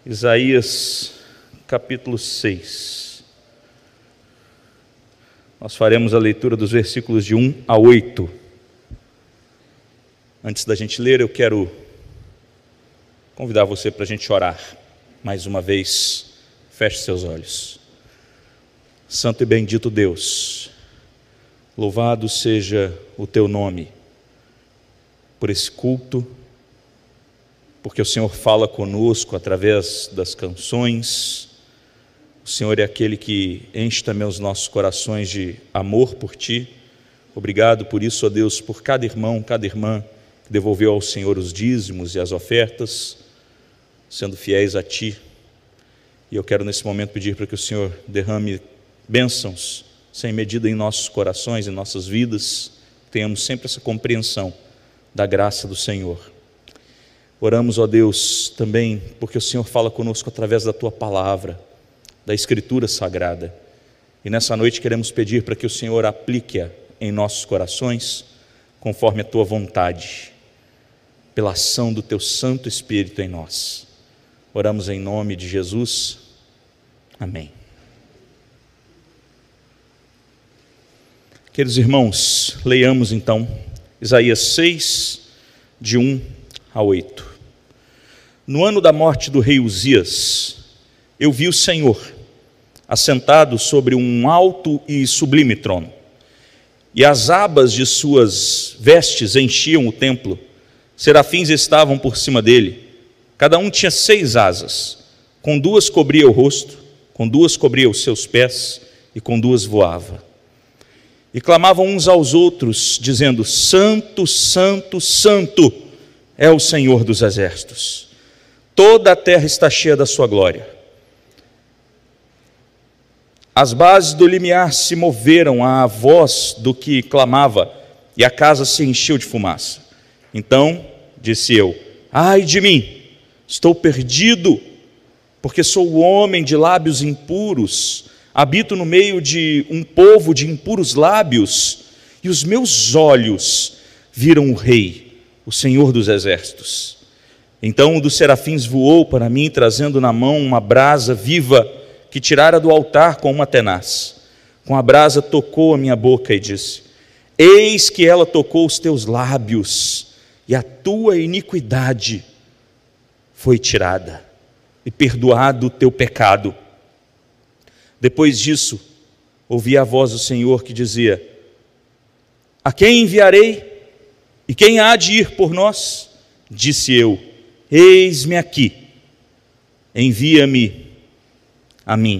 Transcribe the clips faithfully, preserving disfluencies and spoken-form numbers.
Isaías capítulo seis. Nós faremos a leitura dos versículos de um a oito. Antes da gente ler, eu quero convidar você para a gente orar. Mais uma vez, feche seus olhos. Santo e bendito Deus, louvado seja o teu nome por esse culto, porque o Senhor fala conosco através das canções. O Senhor é aquele que enche também os nossos corações de amor por Ti. Obrigado por isso, ó Deus, por cada irmão, cada irmã que devolveu ao Senhor os dízimos e as ofertas, sendo fiéis a Ti. E eu quero nesse momento pedir para que o Senhor derrame bênçãos sem medida em nossos corações, em nossas vidas, que tenhamos sempre essa compreensão da graça do Senhor. Oramos, ó Deus, também porque o Senhor fala conosco através da Tua palavra, da Escritura Sagrada. E nessa noite queremos pedir para que o Senhor aplique-a em nossos corações, conforme a Tua vontade, pela ação do Teu Santo Espírito em nós. Oramos em nome de Jesus. Amém. Queridos irmãos, leiamos então Isaías seis, de um a oito. No ano da morte do rei Uzias, eu vi o Senhor assentado sobre um alto e sublime trono, e as abas de suas vestes enchiam o templo. Serafins estavam por cima dele, cada um tinha seis asas, com duas cobria o rosto, com duas cobria os seus pés, e com duas voava. E clamavam uns aos outros, dizendo: Santo, Santo, Santo é o Senhor dos exércitos. Toda a terra está cheia da sua glória. As bases do limiar se moveram à voz do que clamava, e a casa se encheu de fumaça. Então disse eu: ai de mim, estou perdido, porque sou o homem de lábios impuros, habito no meio de um povo de impuros lábios, e os meus olhos viram o Rei, o Senhor dos exércitos. Então um dos serafins voou para mim, trazendo na mão uma brasa viva que tirara do altar com uma tenaz. Com a brasa tocou a minha boca e disse: eis que ela tocou os teus lábios, e a tua iniquidade foi tirada, e perdoado o teu pecado. Depois disso, ouvi a voz do Senhor que dizia: a quem enviarei? E quem há de ir por nós? Disse eu: eis-me aqui, envia-me a mim.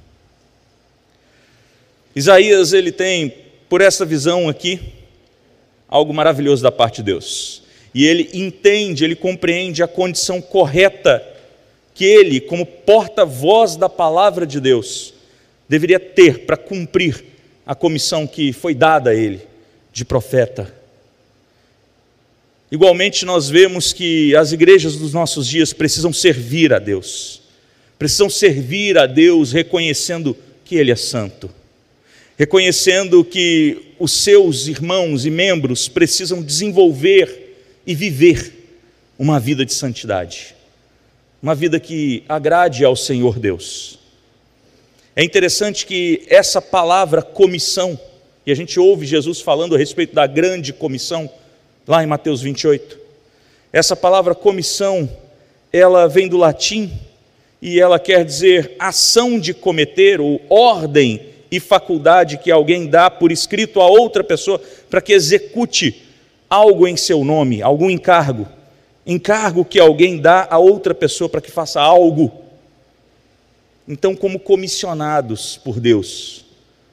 Isaías, ele tem, por essa visão aqui, algo maravilhoso da parte de Deus. E ele entende, ele compreende a condição correta que ele, como porta-voz da palavra de Deus, deveria ter para cumprir a comissão que foi dada a ele, de profeta. Igualmente nós vemos que as igrejas dos nossos dias precisam servir a Deus, precisam servir a Deus reconhecendo que Ele é santo, reconhecendo que os seus irmãos e membros precisam desenvolver e viver uma vida de santidade, uma vida que agrade ao Senhor Deus. É interessante que essa palavra comissão, e a gente ouve Jesus falando a respeito da grande comissão, lá em Mateus vinte e oito, essa palavra comissão, ela vem do latim, e ela quer dizer ação de cometer, ou ordem e faculdade que alguém dá por escrito a outra pessoa, para que execute algo em seu nome, algum encargo, encargo que alguém dá a outra pessoa para que faça algo. Então, como comissionados por Deus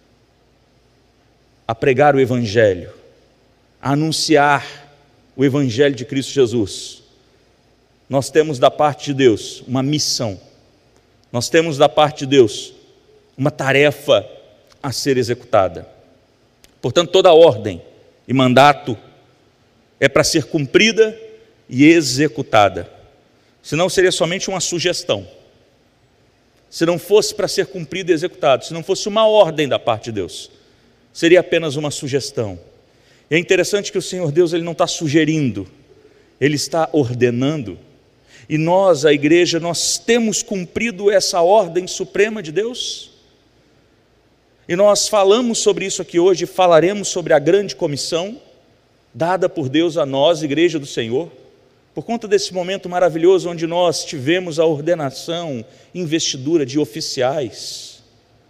a pregar o Evangelho, a anunciar o Evangelho de Cristo Jesus, nós temos da parte de Deus uma missão, nós temos da parte de Deus uma tarefa a ser executada. Portanto, toda ordem e mandato é para ser cumprida e executada, senão seria somente uma sugestão. Se não fosse para ser cumprido e executado, se não fosse uma ordem da parte de Deus, seria apenas uma sugestão. E é interessante que o Senhor Deus ele não está sugerindo, Ele está ordenando. E nós, a igreja, nós temos cumprido essa ordem suprema de Deus? E nós falamos sobre isso aqui hoje, falaremos sobre a grande comissão dada por Deus a nós, igreja do Senhor, por conta desse momento maravilhoso onde nós tivemos a ordenação, investidura de oficiais.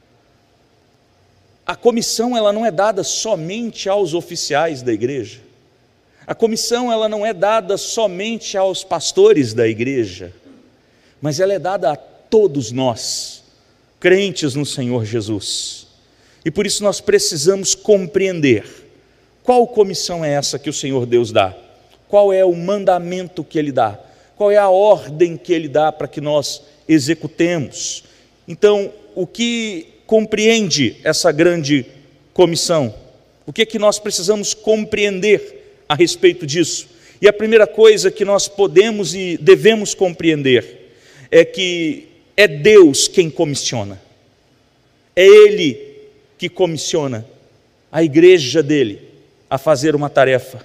A comissão, ela não é dada somente aos oficiais da igreja. A comissão, ela não é dada somente aos pastores da igreja, mas ela é dada a todos nós, crentes no Senhor Jesus. E por isso nós precisamos compreender qual comissão é essa que o Senhor Deus dá, qual é o mandamento que Ele dá, qual é a ordem que Ele dá para que nós executemos. Então, o que compreende essa grande comissão? O que é que nós precisamos compreender a respeito disso? E a primeira coisa que nós podemos e devemos compreender é que é Deus quem comissiona, é Ele que comissiona a igreja dele a fazer uma tarefa.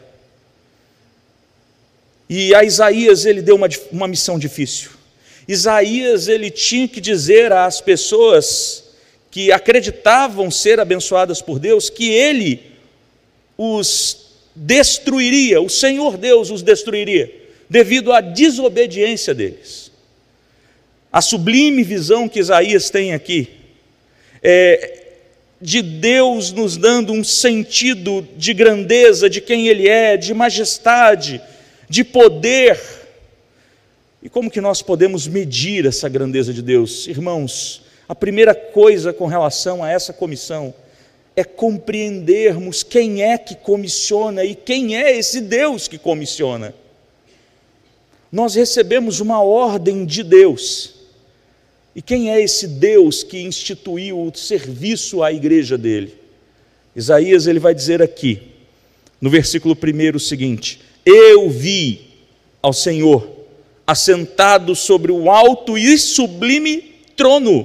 E a Isaías ele deu uma, uma missão difícil. Isaías ele tinha que dizer às pessoas que acreditavam ser abençoadas por Deus que ele os destruiria, o Senhor Deus os destruiria, devido à desobediência deles. A sublime visão que Isaías tem aqui é de Deus nos dando um sentido de grandeza, de quem Ele é, de majestade, de poder. E como que nós podemos medir essa grandeza de Deus? Irmãos, a primeira coisa com relação a essa comissão é compreendermos quem é que comissiona e quem é esse Deus que comissiona. Nós recebemos uma ordem de Deus. E quem é esse Deus que instituiu o serviço à igreja dele? Isaías ele vai dizer aqui, no versículo primeiro o seguinte: eu vi ao Senhor assentado sobre o alto e sublime trono.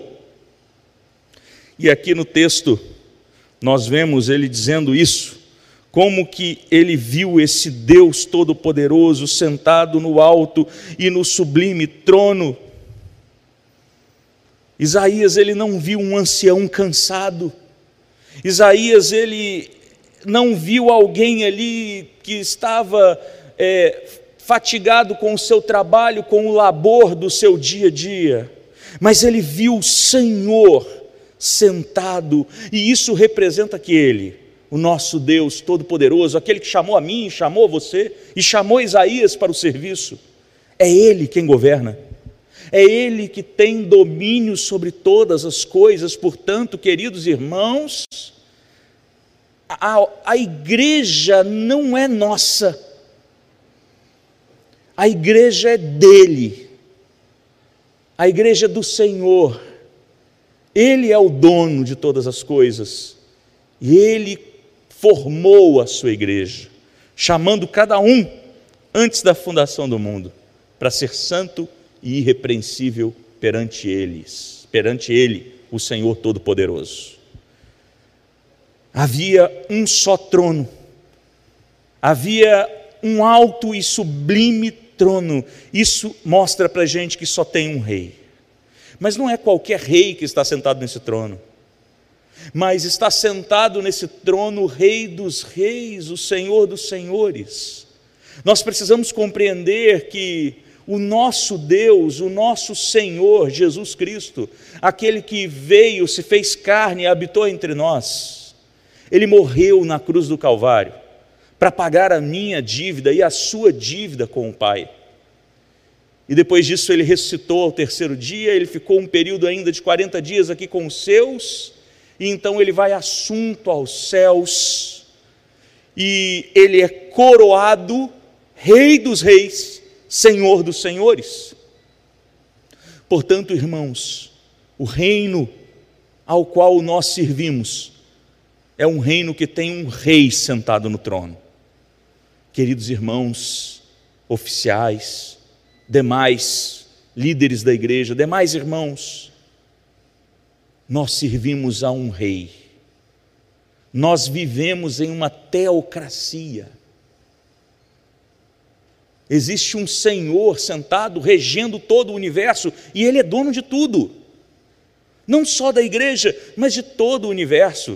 E aqui no texto nós vemos ele dizendo isso, como que ele viu esse Deus todo-poderoso sentado no alto e no sublime trono. Isaías ele não viu um ancião cansado, Isaías ele não viu alguém ali que estava é, fatigado com o seu trabalho, com o labor do seu dia a dia, mas ele viu o Senhor sentado, e isso representa que Ele, o nosso Deus Todo-Poderoso, aquele que chamou a mim, chamou você, e chamou Isaías para o serviço, é Ele quem governa. É Ele que tem domínio sobre todas as coisas. Portanto, queridos irmãos, a, a igreja não é nossa, a igreja é dele, a igreja é do Senhor. Ele é o dono de todas as coisas e Ele formou a sua igreja, chamando cada um antes da fundação do mundo para ser santo e irrepreensível perante eles, perante Ele, o Senhor Todo-Poderoso. Havia um só trono, havia um alto e sublime trono. Isso mostra para a gente que só tem um rei, mas não é qualquer rei que está sentado nesse trono, mas está sentado nesse trono o Rei dos Reis, o Senhor dos Senhores. Nós precisamos compreender que o nosso Deus, o nosso Senhor Jesus Cristo, aquele que veio, se fez carne e habitou entre nós, Ele morreu na cruz do Calvário para pagar a minha dívida e a sua dívida com o Pai. E depois disso Ele ressuscitou ao terceiro dia, Ele ficou um período ainda de quarenta dias aqui com os seus, e então Ele vai assunto aos céus, e Ele é coroado Rei dos Reis, Senhor dos Senhores. Portanto, irmãos, o reino ao qual nós servimos é um reino que tem um rei sentado no trono. Queridos irmãos, oficiais, demais líderes da igreja, demais irmãos, nós servimos a um rei, nós vivemos em uma teocracia. Existe um Senhor sentado, regendo todo o universo, e Ele é dono de tudo, não só da igreja, mas de todo o universo.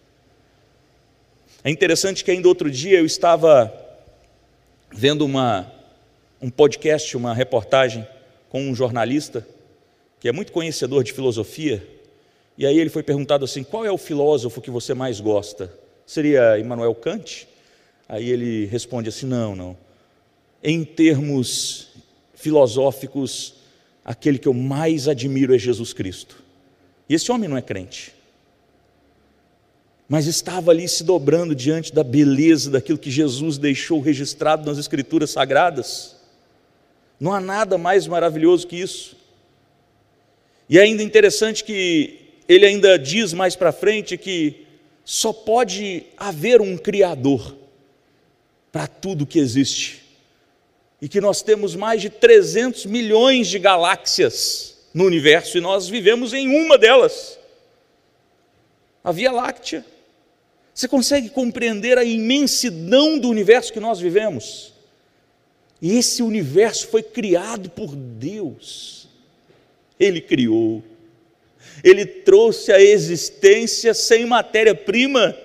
É interessante que ainda outro dia eu estava vendo uma, um podcast, uma reportagem com um jornalista, que é muito conhecedor de filosofia, e aí ele foi perguntado assim: qual é o filósofo que você mais gosta? Seria Immanuel Kant? Aí ele responde assim: não, não. Em termos filosóficos, aquele que eu mais admiro é Jesus Cristo. E esse homem não é crente, mas estava ali se dobrando diante da beleza daquilo que Jesus deixou registrado nas Escrituras Sagradas. Não há nada mais maravilhoso que isso. E é ainda interessante que ele ainda diz mais para frente que só pode haver um Criador para tudo que existe, e que nós temos mais de trezentos milhões de galáxias no universo, e nós vivemos em uma delas, a Via Láctea. Você consegue compreender a imensidão do universo que nós vivemos? E esse universo foi criado por Deus. Ele criou, Ele trouxe a existência sem matéria-prima,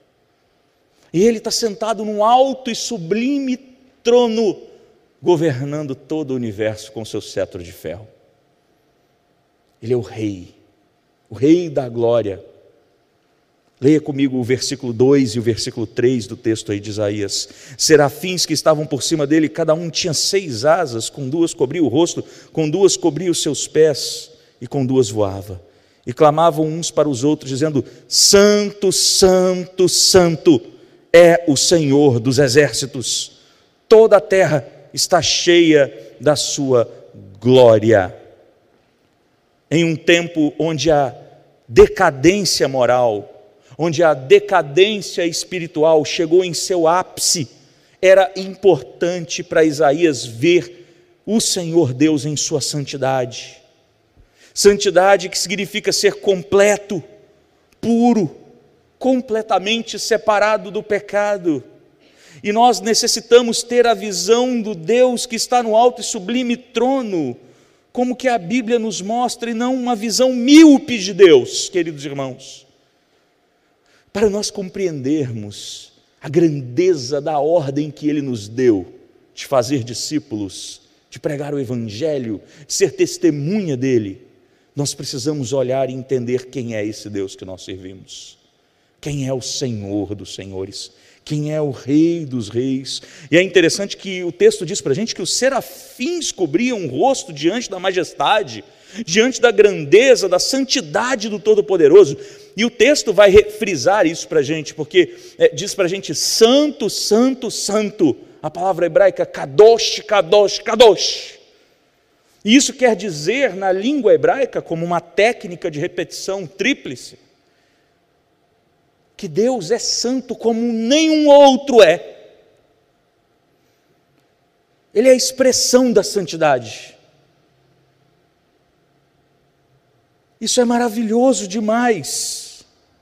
e Ele está sentado num alto e sublime trono, governando todo o universo com seu cetro de ferro. Ele é o Rei, o Rei da glória. Leia comigo o versículo dois e o versículo três do texto aí de Isaías. Serafins que estavam por cima dele, cada um tinha seis asas, com duas cobria o rosto, com duas cobria os seus pés, e com duas voava. E clamavam uns para os outros, dizendo: Santo, Santo, Santo é o Senhor dos exércitos, toda a terra está cheia da sua glória. Em um tempo onde a decadência moral, onde a decadência espiritual chegou em seu ápice, era importante para Isaías ver o Senhor Deus em sua santidade. Santidade que significa ser completo, puro, completamente separado do pecado. E nós necessitamos ter a visão do Deus que está no alto e sublime trono, como que a Bíblia nos mostra, e não uma visão míope de Deus, queridos irmãos. Para nós compreendermos a grandeza da ordem que Ele nos deu, de fazer discípulos, de pregar o Evangelho, de ser testemunha dEle, nós precisamos olhar e entender quem é esse Deus que nós servimos, quem é o Senhor dos senhores, quem é o Rei dos reis. E é interessante que o texto diz para a gente que os serafins cobriam o rosto diante da majestade, diante da grandeza, da santidade do Todo-Poderoso. E o texto vai frisar isso para a gente, porque é, diz para a gente: santo, santo, santo. A palavra hebraica kadosh, kadosh, kadosh. E isso quer dizer, na língua hebraica, como uma técnica de repetição tríplice, que Deus é santo como nenhum outro é. Ele é a expressão da santidade. Isso é maravilhoso demais,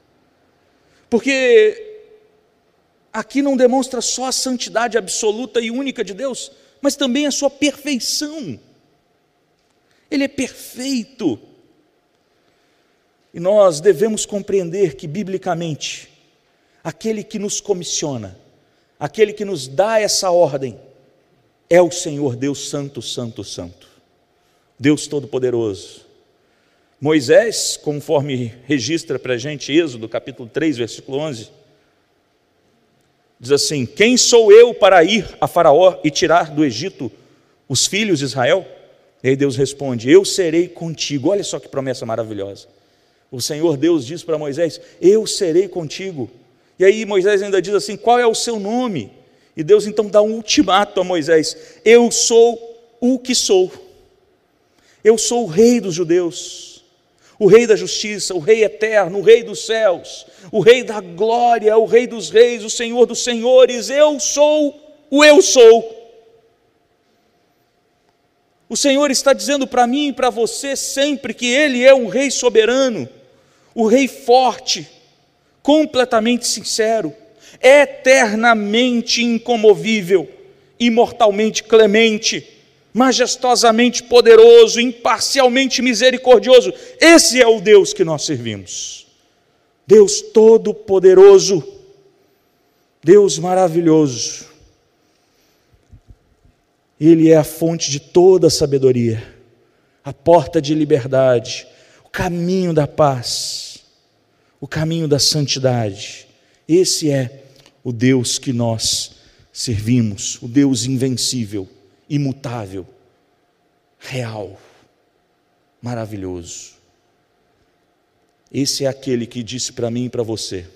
porque aqui não demonstra só a santidade absoluta e única de Deus, mas também a sua perfeição. Ele é perfeito. E nós devemos compreender que, biblicamente, aquele que nos comissiona, aquele que nos dá essa ordem, é o Senhor Deus Santo, Santo, Santo, Deus Todo-Poderoso. Moisés, conforme registra para a gente Êxodo, capítulo três, versículo onze, diz assim: quem sou eu para ir a Faraó e tirar do Egito os filhos de Israel? E aí Deus responde: eu serei contigo. Olha só que promessa maravilhosa. O Senhor Deus diz para Moisés: eu serei contigo. E aí Moisés ainda diz assim: qual é o seu nome? E Deus então dá um ultimato a Moisés: eu sou o que sou. Eu sou o Rei dos judeus, o Rei da justiça, o Rei eterno, o Rei dos céus, o Rei da glória, o Rei dos reis, o Senhor dos senhores. Eu sou o eu sou. O Senhor está dizendo para mim e para você sempre que Ele é um Rei soberano, o Rei forte, completamente sincero, eternamente incomovível, imortalmente clemente, majestosamente poderoso, imparcialmente misericordioso. Esse é o Deus que nós servimos. Deus todo-poderoso, Deus maravilhoso. Ele é a fonte de toda a sabedoria, a porta de liberdade, o caminho da paz, o caminho da santidade. Esse é o Deus que nós servimos, o Deus invencível, imutável, real, maravilhoso. Esse é aquele que disse para mim e para você: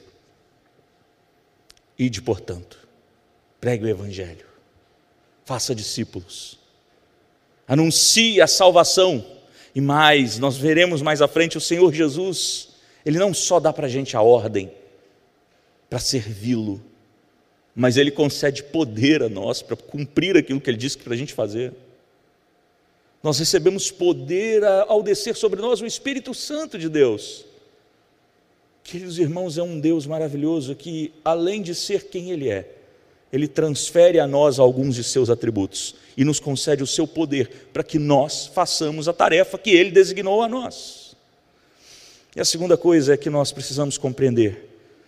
ide, portanto, pregue o Evangelho, faça discípulos, anuncie a salvação. E mais, nós veremos mais à frente o Senhor Jesus, Ele não só dá para a gente a ordem para servi-lo, mas Ele concede poder a nós para cumprir aquilo que Ele disse para a gente fazer. Nós recebemos poder ao descer sobre nós o Espírito Santo de Deus. Queridos irmãos, é um Deus maravilhoso que, além de ser quem Ele é, Ele transfere a nós alguns de seus atributos e nos concede o seu poder para que nós façamos a tarefa que Ele designou a nós. E a segunda coisa é que nós precisamos compreender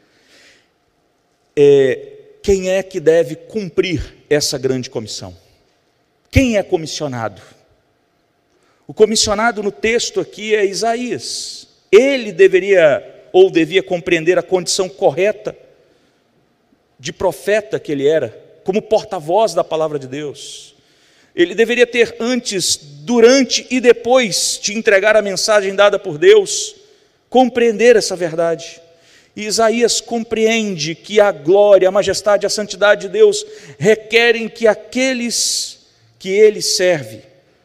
é quem é que deve cumprir essa grande comissão. Quem é comissionado? O comissionado no texto aqui é Isaías. Ele deveria ou devia compreender a condição correta de profeta que ele era, como porta-voz da palavra de Deus. Ele deveria ter antes, durante e depois de entregar a mensagem dada por Deus, compreender essa verdade. E Isaías compreende que a glória, a majestade, a santidade de Deus requerem que aqueles que Ele serve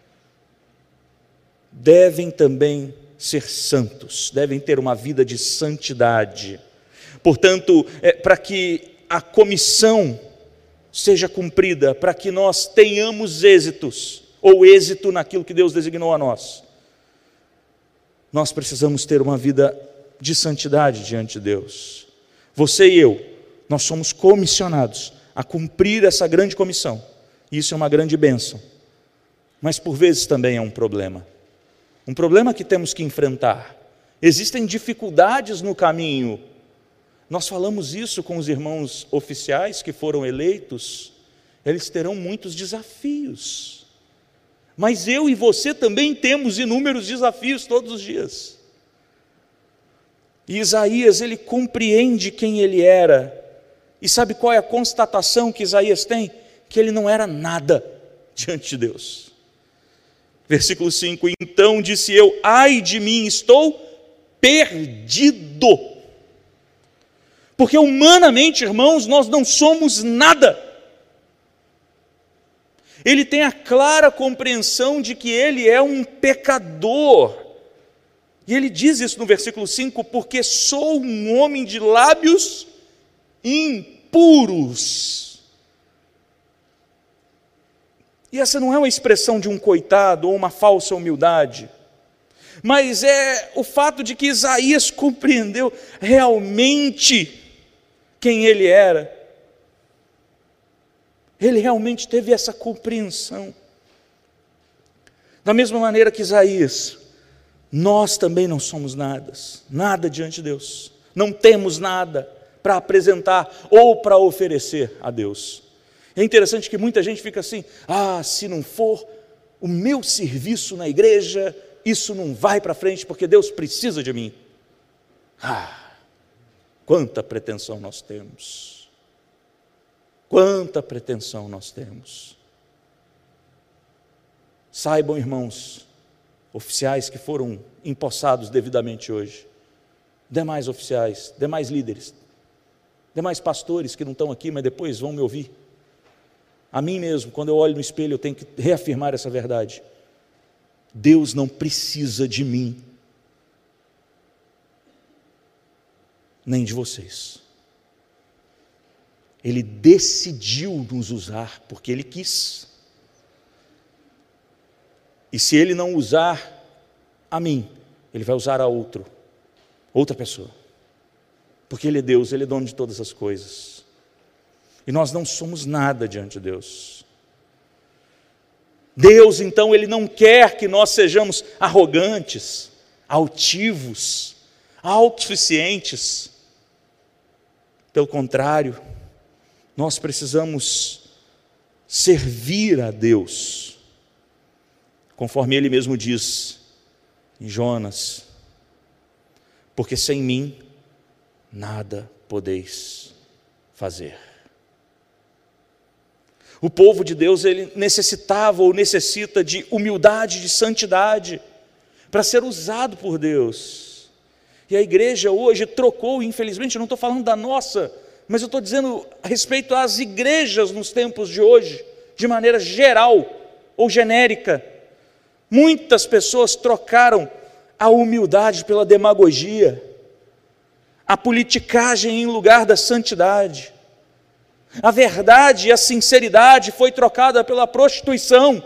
devem também ser santos, devem ter uma vida de santidade. Portanto, é, para que a comissão seja cumprida, para que nós tenhamos êxitos, ou êxito naquilo que Deus designou a nós, nós precisamos ter uma vida de santidade diante de Deus. Você e eu, nós somos comissionados a cumprir essa grande comissão. Isso é uma grande bênção, mas por vezes também é um problema. Um problema que temos que enfrentar. Existem dificuldades no caminho. Nós falamos isso com os irmãos oficiais que foram eleitos. Eles terão muitos desafios. Mas eu e você também temos inúmeros desafios todos os dias. E Isaías, ele compreende quem ele era. E sabe qual é a constatação que Isaías tem? Que ele não era nada diante de Deus. Versículo cinco: então disse eu, ai de mim, estou perdido. Porque humanamente, irmãos, nós não somos nada. Ele tem a clara compreensão de que ele é um pecador. E ele diz isso no versículo cinco: porque sou um homem de lábios impuros. E essa não é uma expressão de um coitado ou uma falsa humildade, mas é o fato de que Isaías compreendeu realmente quem ele era. Ele realmente teve essa compreensão. Da mesma maneira que Isaías, nós também não somos nada, nada diante de Deus. Não temos nada para apresentar ou para oferecer a Deus. É interessante que muita gente fica assim: ah, se não for o meu serviço na igreja, isso não vai para frente, porque Deus precisa de mim. Ah, quanta pretensão nós temos. Quanta pretensão nós temos. Saibam, irmãos, oficiais que foram empossados devidamente hoje, demais oficiais, demais líderes, demais pastores que não estão aqui, mas depois vão me ouvir. A mim mesmo, quando eu olho no espelho, eu tenho que reafirmar essa verdade. Deus não precisa de mim, nem de vocês. Ele decidiu nos usar porque Ele quis. E se Ele não usar a mim, Ele vai usar a outro, outra pessoa. Porque Ele é Deus, Ele é dono de todas as coisas. E nós não somos nada diante de Deus. Deus, então, Ele não quer que nós sejamos arrogantes, altivos, autossuficientes. Pelo contrário, nós precisamos servir a Deus, conforme Ele mesmo diz em Jonas: porque sem mim nada podeis fazer. O povo de Deus, ele necessitava ou necessita de humildade, de santidade, para ser usado por Deus. E a igreja hoje trocou, infelizmente, eu não estou falando da nossa, mas eu estou dizendo a respeito às igrejas nos tempos de hoje, de maneira geral ou genérica. Muitas pessoas trocaram a humildade pela demagogia, a politicagem em lugar da santidade. A verdade e a sinceridade foi trocada pela prostituição.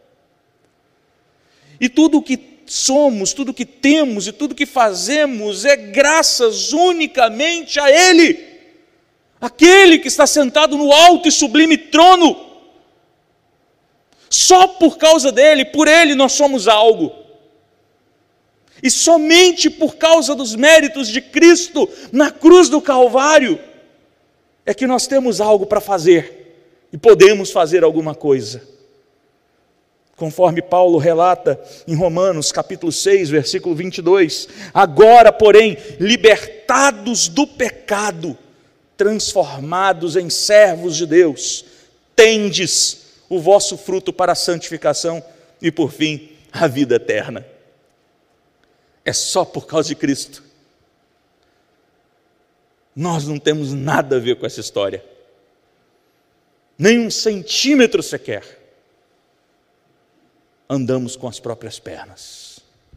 E tudo o que somos, tudo o que temos e tudo o que fazemos é graças unicamente a Ele, aquele que está sentado no alto e sublime trono. Só por causa dele, por Ele nós somos algo. E somente por causa dos méritos de Cristo na cruz do Calvário é que nós temos algo para fazer e podemos fazer alguma coisa. Conforme Paulo relata em Romanos capítulo seis, versículo vinte e dois: agora, porém, libertados do pecado, transformados em servos de Deus, tendes o vosso fruto para a santificação e, por fim, a vida eterna. É só por causa de Cristo. Nós não temos nada a ver com essa história, nem um centímetro sequer. Andamos com as próprias pernas.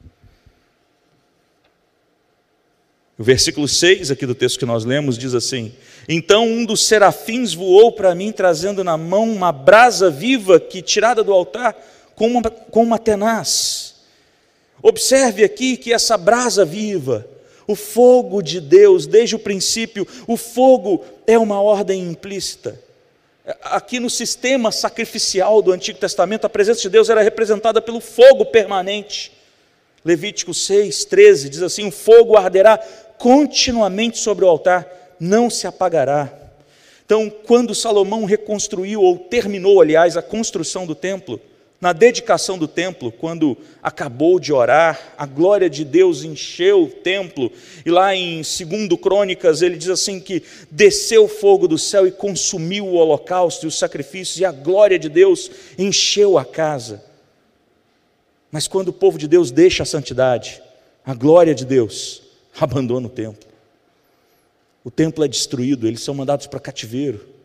O versículo seis aqui do texto que nós lemos diz assim: então um dos serafins voou para mim, trazendo na mão uma brasa viva que, tirada do altar, com uma, com uma tenaz. Observe aqui que essa brasa viva, o fogo de Deus, desde o princípio, o fogo é uma ordem implícita. Aqui no sistema sacrificial do Antigo Testamento, a presença de Deus era representada pelo fogo permanente. Levítico seis, treze diz assim: o fogo arderá continuamente sobre o altar, não se apagará. Então, quando Salomão reconstruiu, ou terminou, aliás, a construção do templo, na dedicação do templo, quando acabou de orar, a glória de Deus encheu o templo, e lá em Segundo Crônicas ele diz assim que desceu o fogo do céu e consumiu o holocausto e os sacrifícios, e a glória de Deus encheu a casa. Mas quando o povo de Deus deixa a santidade, a glória de Deus abandona o templo. O templo é destruído, eles são mandados para cativeiro.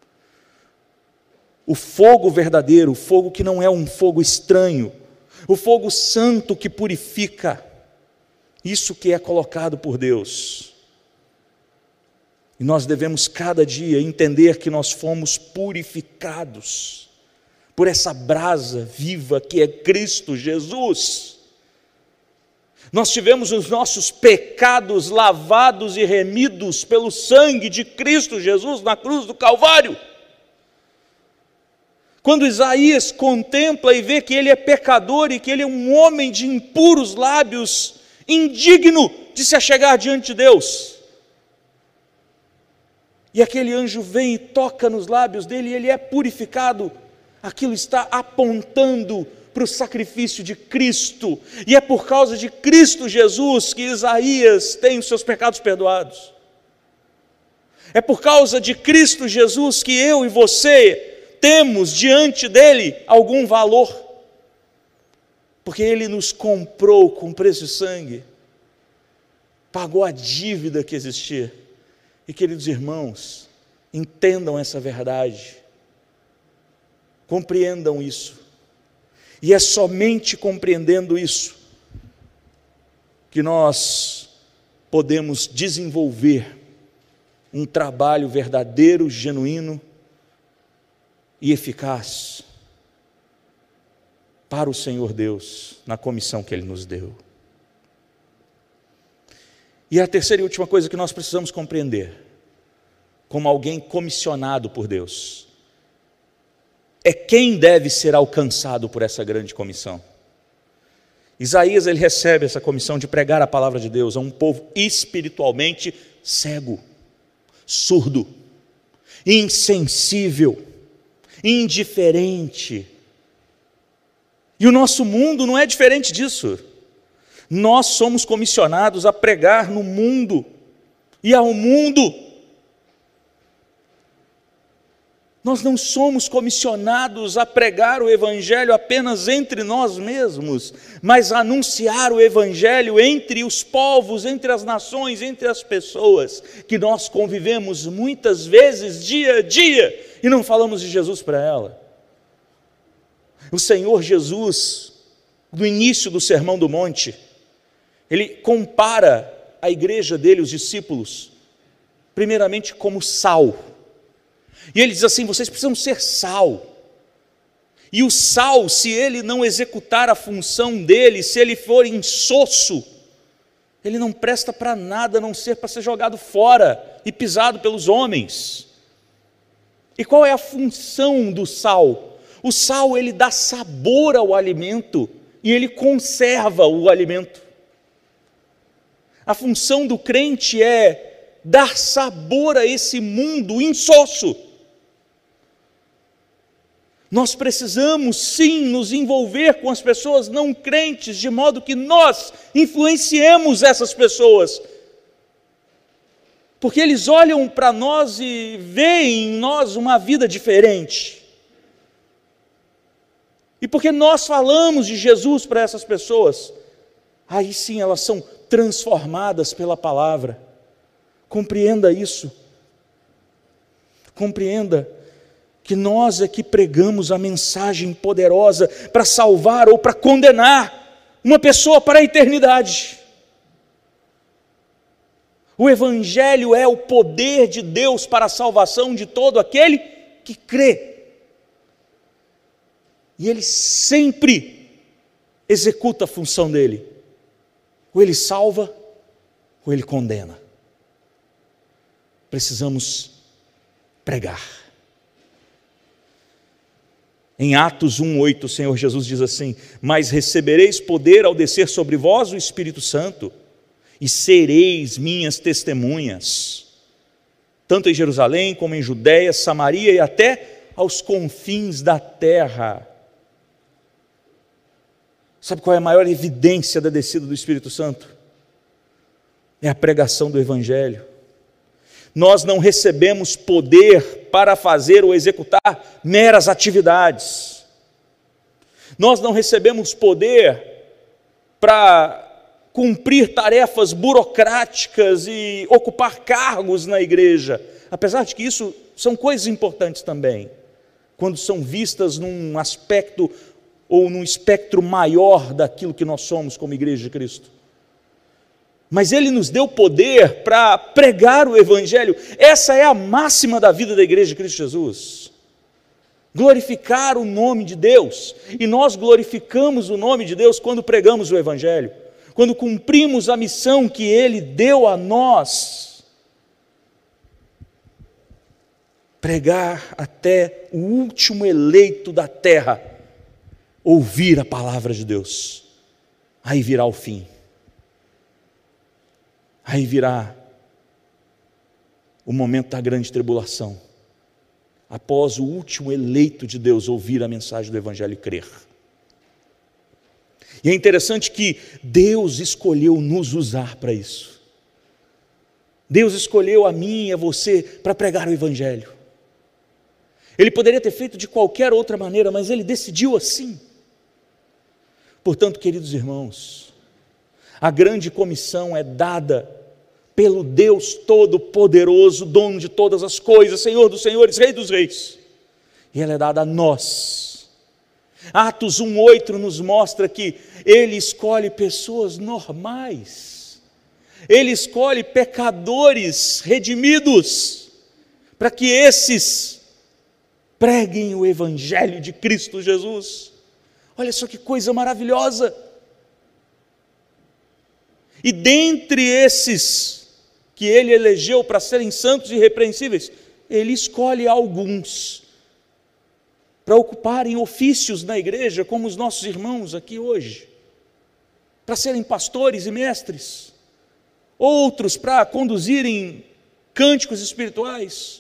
O fogo verdadeiro, o fogo que não é um fogo estranho, o fogo santo que purifica, isso que é colocado por Deus. E nós devemos cada dia entender que nós fomos purificados por essa brasa viva que é Cristo Jesus. Nós tivemos os nossos pecados lavados e remidos pelo sangue de Cristo Jesus na cruz do Calvário. Quando Isaías contempla e vê que ele é pecador e que ele é um homem de impuros lábios, indigno de se achegar diante de Deus, e aquele anjo vem e toca nos lábios dele e ele é purificado, aquilo está apontando para o sacrifício de Cristo, e é por causa de Cristo Jesus que Isaías tem os seus pecados perdoados. É por causa de Cristo Jesus que eu e você temos diante dele algum valor, porque ele nos comprou com preço de sangue, pagou a dívida que existia. E, queridos irmãos, entendam essa verdade, compreendam isso, e é somente compreendendo isso que nós podemos desenvolver um trabalho verdadeiro, genuíno e eficaz para o Senhor Deus, na comissão que Ele nos deu. E a terceira e última coisa que nós precisamos compreender, como alguém comissionado por Deus, é quem deve ser alcançado por essa grande comissão. Isaías, ele recebe essa comissão de pregar a palavra de Deus a um povo espiritualmente cego, surdo, insensível, indiferente. E o nosso mundo não é diferente disso. Nós somos comissionados a pregar no mundo e ao mundo. Nós não somos comissionados a pregar o Evangelho apenas entre nós mesmos, mas a anunciar o Evangelho entre os povos, entre as nações, entre as pessoas que nós convivemos muitas vezes dia a dia e não falamos de Jesus para ela. O Senhor Jesus, no início do Sermão do Monte, ele compara a igreja dele, os discípulos, primeiramente como sal. E ele diz assim: vocês precisam ser sal. E o sal, se ele não executar a função dele, se ele for insosso, ele não presta para nada a não ser para ser jogado fora e pisado pelos homens. E qual é a função do sal? O sal, ele dá sabor ao alimento e ele conserva o alimento. A função do crente é dar sabor a esse mundo insosso. Nós precisamos sim nos envolver com as pessoas não crentes, de modo que nós influenciemos essas pessoas, porque eles olham para nós e veem em nós uma vida diferente, e porque nós falamos de Jesus para essas pessoas, aí sim elas são transformadas pela palavra. Compreenda isso, compreenda que nós é que pregamos a mensagem poderosa para salvar ou para condenar uma pessoa para a eternidade. O Evangelho é o poder de Deus para a salvação de todo aquele que crê. E ele sempre executa a função dele. Ou ele salva, ou ele condena. Precisamos pregar. Em Atos um, oito, o Senhor Jesus diz assim: mas recebereis poder ao descer sobre vós o Espírito Santo, e sereis minhas testemunhas, tanto em Jerusalém, como em Judéia, Samaria e até aos confins da terra. Sabe qual é a maior evidência da descida do Espírito Santo? É a pregação do Evangelho. Nós não recebemos poder para fazer ou executar meras atividades. Nós não recebemos poder para cumprir tarefas burocráticas e ocupar cargos na igreja, apesar de que isso são coisas importantes também, quando são vistas num aspecto ou num espectro maior daquilo que nós somos como igreja de Cristo. Mas ele nos deu poder para pregar o Evangelho. Essa é a máxima da vida da igreja de Cristo Jesus. Glorificar o nome de Deus. E nós glorificamos o nome de Deus quando pregamos o Evangelho, quando cumprimos a missão que ele deu a nós. Pregar até o último eleito da terra ouvir a palavra de Deus. Aí virá o fim. Aí virá o momento da grande tribulação, após o último eleito de Deus ouvir a mensagem do Evangelho e crer. E é interessante que Deus escolheu nos usar para isso. Deus escolheu a mim e a você para pregar o Evangelho. Ele poderia ter feito de qualquer outra maneira, mas Ele decidiu assim. Portanto, queridos irmãos, a grande comissão é dada pelo Deus Todo-Poderoso, dono de todas as coisas, Senhor dos senhores, Rei dos reis. E ela é dada a nós. Atos um, oito nos mostra que Ele escolhe pessoas normais. Ele escolhe pecadores redimidos, para que esses preguem o Evangelho de Cristo Jesus. Olha só que coisa maravilhosa. E dentre esses que ele elegeu para serem santos e irrepreensíveis, ele escolhe alguns para ocuparem ofícios na igreja, como os nossos irmãos aqui hoje, para serem pastores e mestres, outros para conduzirem cânticos espirituais,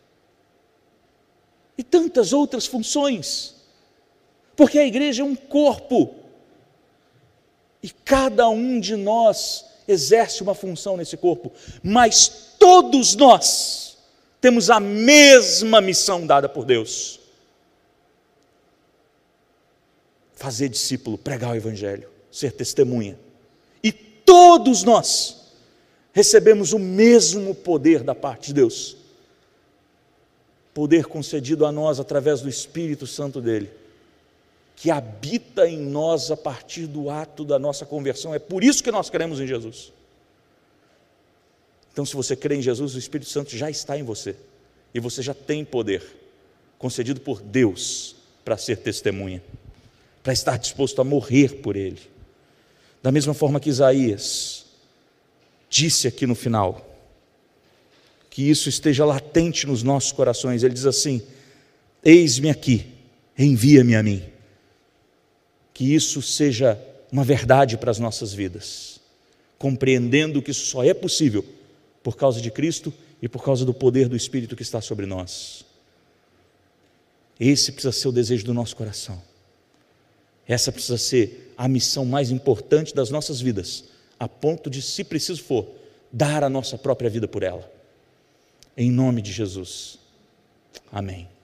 e tantas outras funções, porque a igreja é um corpo, e cada um de nós exerce uma função nesse corpo, mas todos nós temos a mesma missão dada por Deus: fazer discípulo, pregar o evangelho, ser testemunha. E todos nós recebemos o mesmo poder da parte de Deus, poder concedido a nós através do Espírito Santo dele, que habita em nós a partir do ato da nossa conversão. É por isso que nós cremos em Jesus. Então, se você crê em Jesus, o Espírito Santo já está em você, e você já tem poder concedido por Deus para ser testemunha, para estar disposto a morrer por ele. Da mesma forma que Isaías disse aqui no final, que isso esteja latente nos nossos corações. Ele diz assim: eis-me aqui, envia-me a mim. Que isso seja uma verdade para as nossas vidas, compreendendo que isso só é possível por causa de Cristo e por causa do poder do Espírito que está sobre nós. Esse precisa ser o desejo do nosso coração. Essa precisa ser a missão mais importante das nossas vidas, a ponto de, se preciso for, dar a nossa própria vida por ela. Em nome de Jesus. Amém.